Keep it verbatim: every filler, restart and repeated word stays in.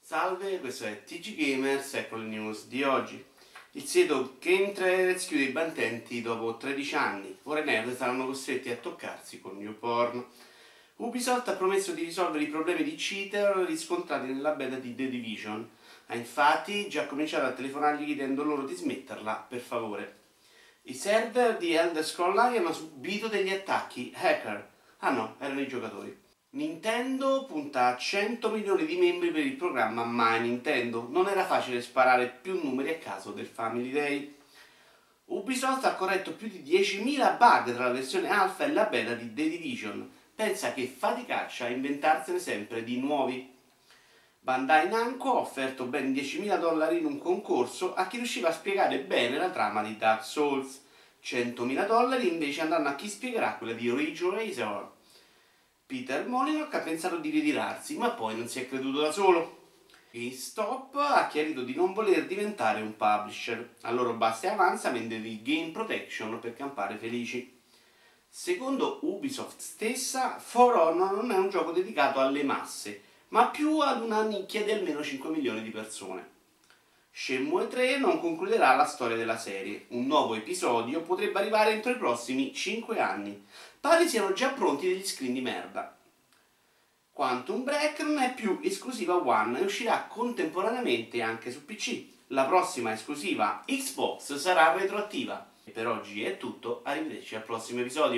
Salve, questo è T G Gamers, ecco le news di oggi. Il sito Game Trailers chiude i battenti dopo tredici anni. Ora i nerd saranno costretti a toccarsi con new porn. Ubisoft ha promesso di risolvere i problemi di cheater riscontrati nella beta di The Division. Ha infatti già cominciato a telefonargli chiedendo loro di smetterla, per favore. I server di Elder Scrolls Online hanno subito degli attacchi hacker. Ah no, erano i giocatori. Nintendo punta a cento milioni di membri per il programma My Nintendo. Non era facile sparare più numeri a caso del Family Day. Ubisoft ha corretto più di diecimila bug tra la versione alfa e la beta di The Division. Pensa che faticaccia a inventarsene sempre di nuovi. Bandai Namco ha offerto ben diecimila dollari in un concorso a chi riusciva a spiegare bene la trama di Dark Souls. centomila dollari invece andranno a chi spiegherà quella di Ridge Racer. Peter Molyneux ha pensato di ritirarsi, ma poi non si è creduto da solo. GameStop ha chiarito di non voler diventare un publisher. A loro basta e avanza vendergli Game Protection per campare felici. Secondo Ubisoft stessa, For Honor non è un gioco dedicato alle masse, ma più ad una nicchia di almeno cinque milioni di persone. Shenmue tre non concluderà la storia della serie. Un nuovo episodio potrebbe arrivare entro i prossimi cinque anni. Pare siano già pronti degli screen di merda. Quantum Break non è più esclusiva One e uscirà contemporaneamente anche su P C. La prossima esclusiva Xbox sarà retroattiva. E per oggi è tutto, arrivederci al prossimo episodio.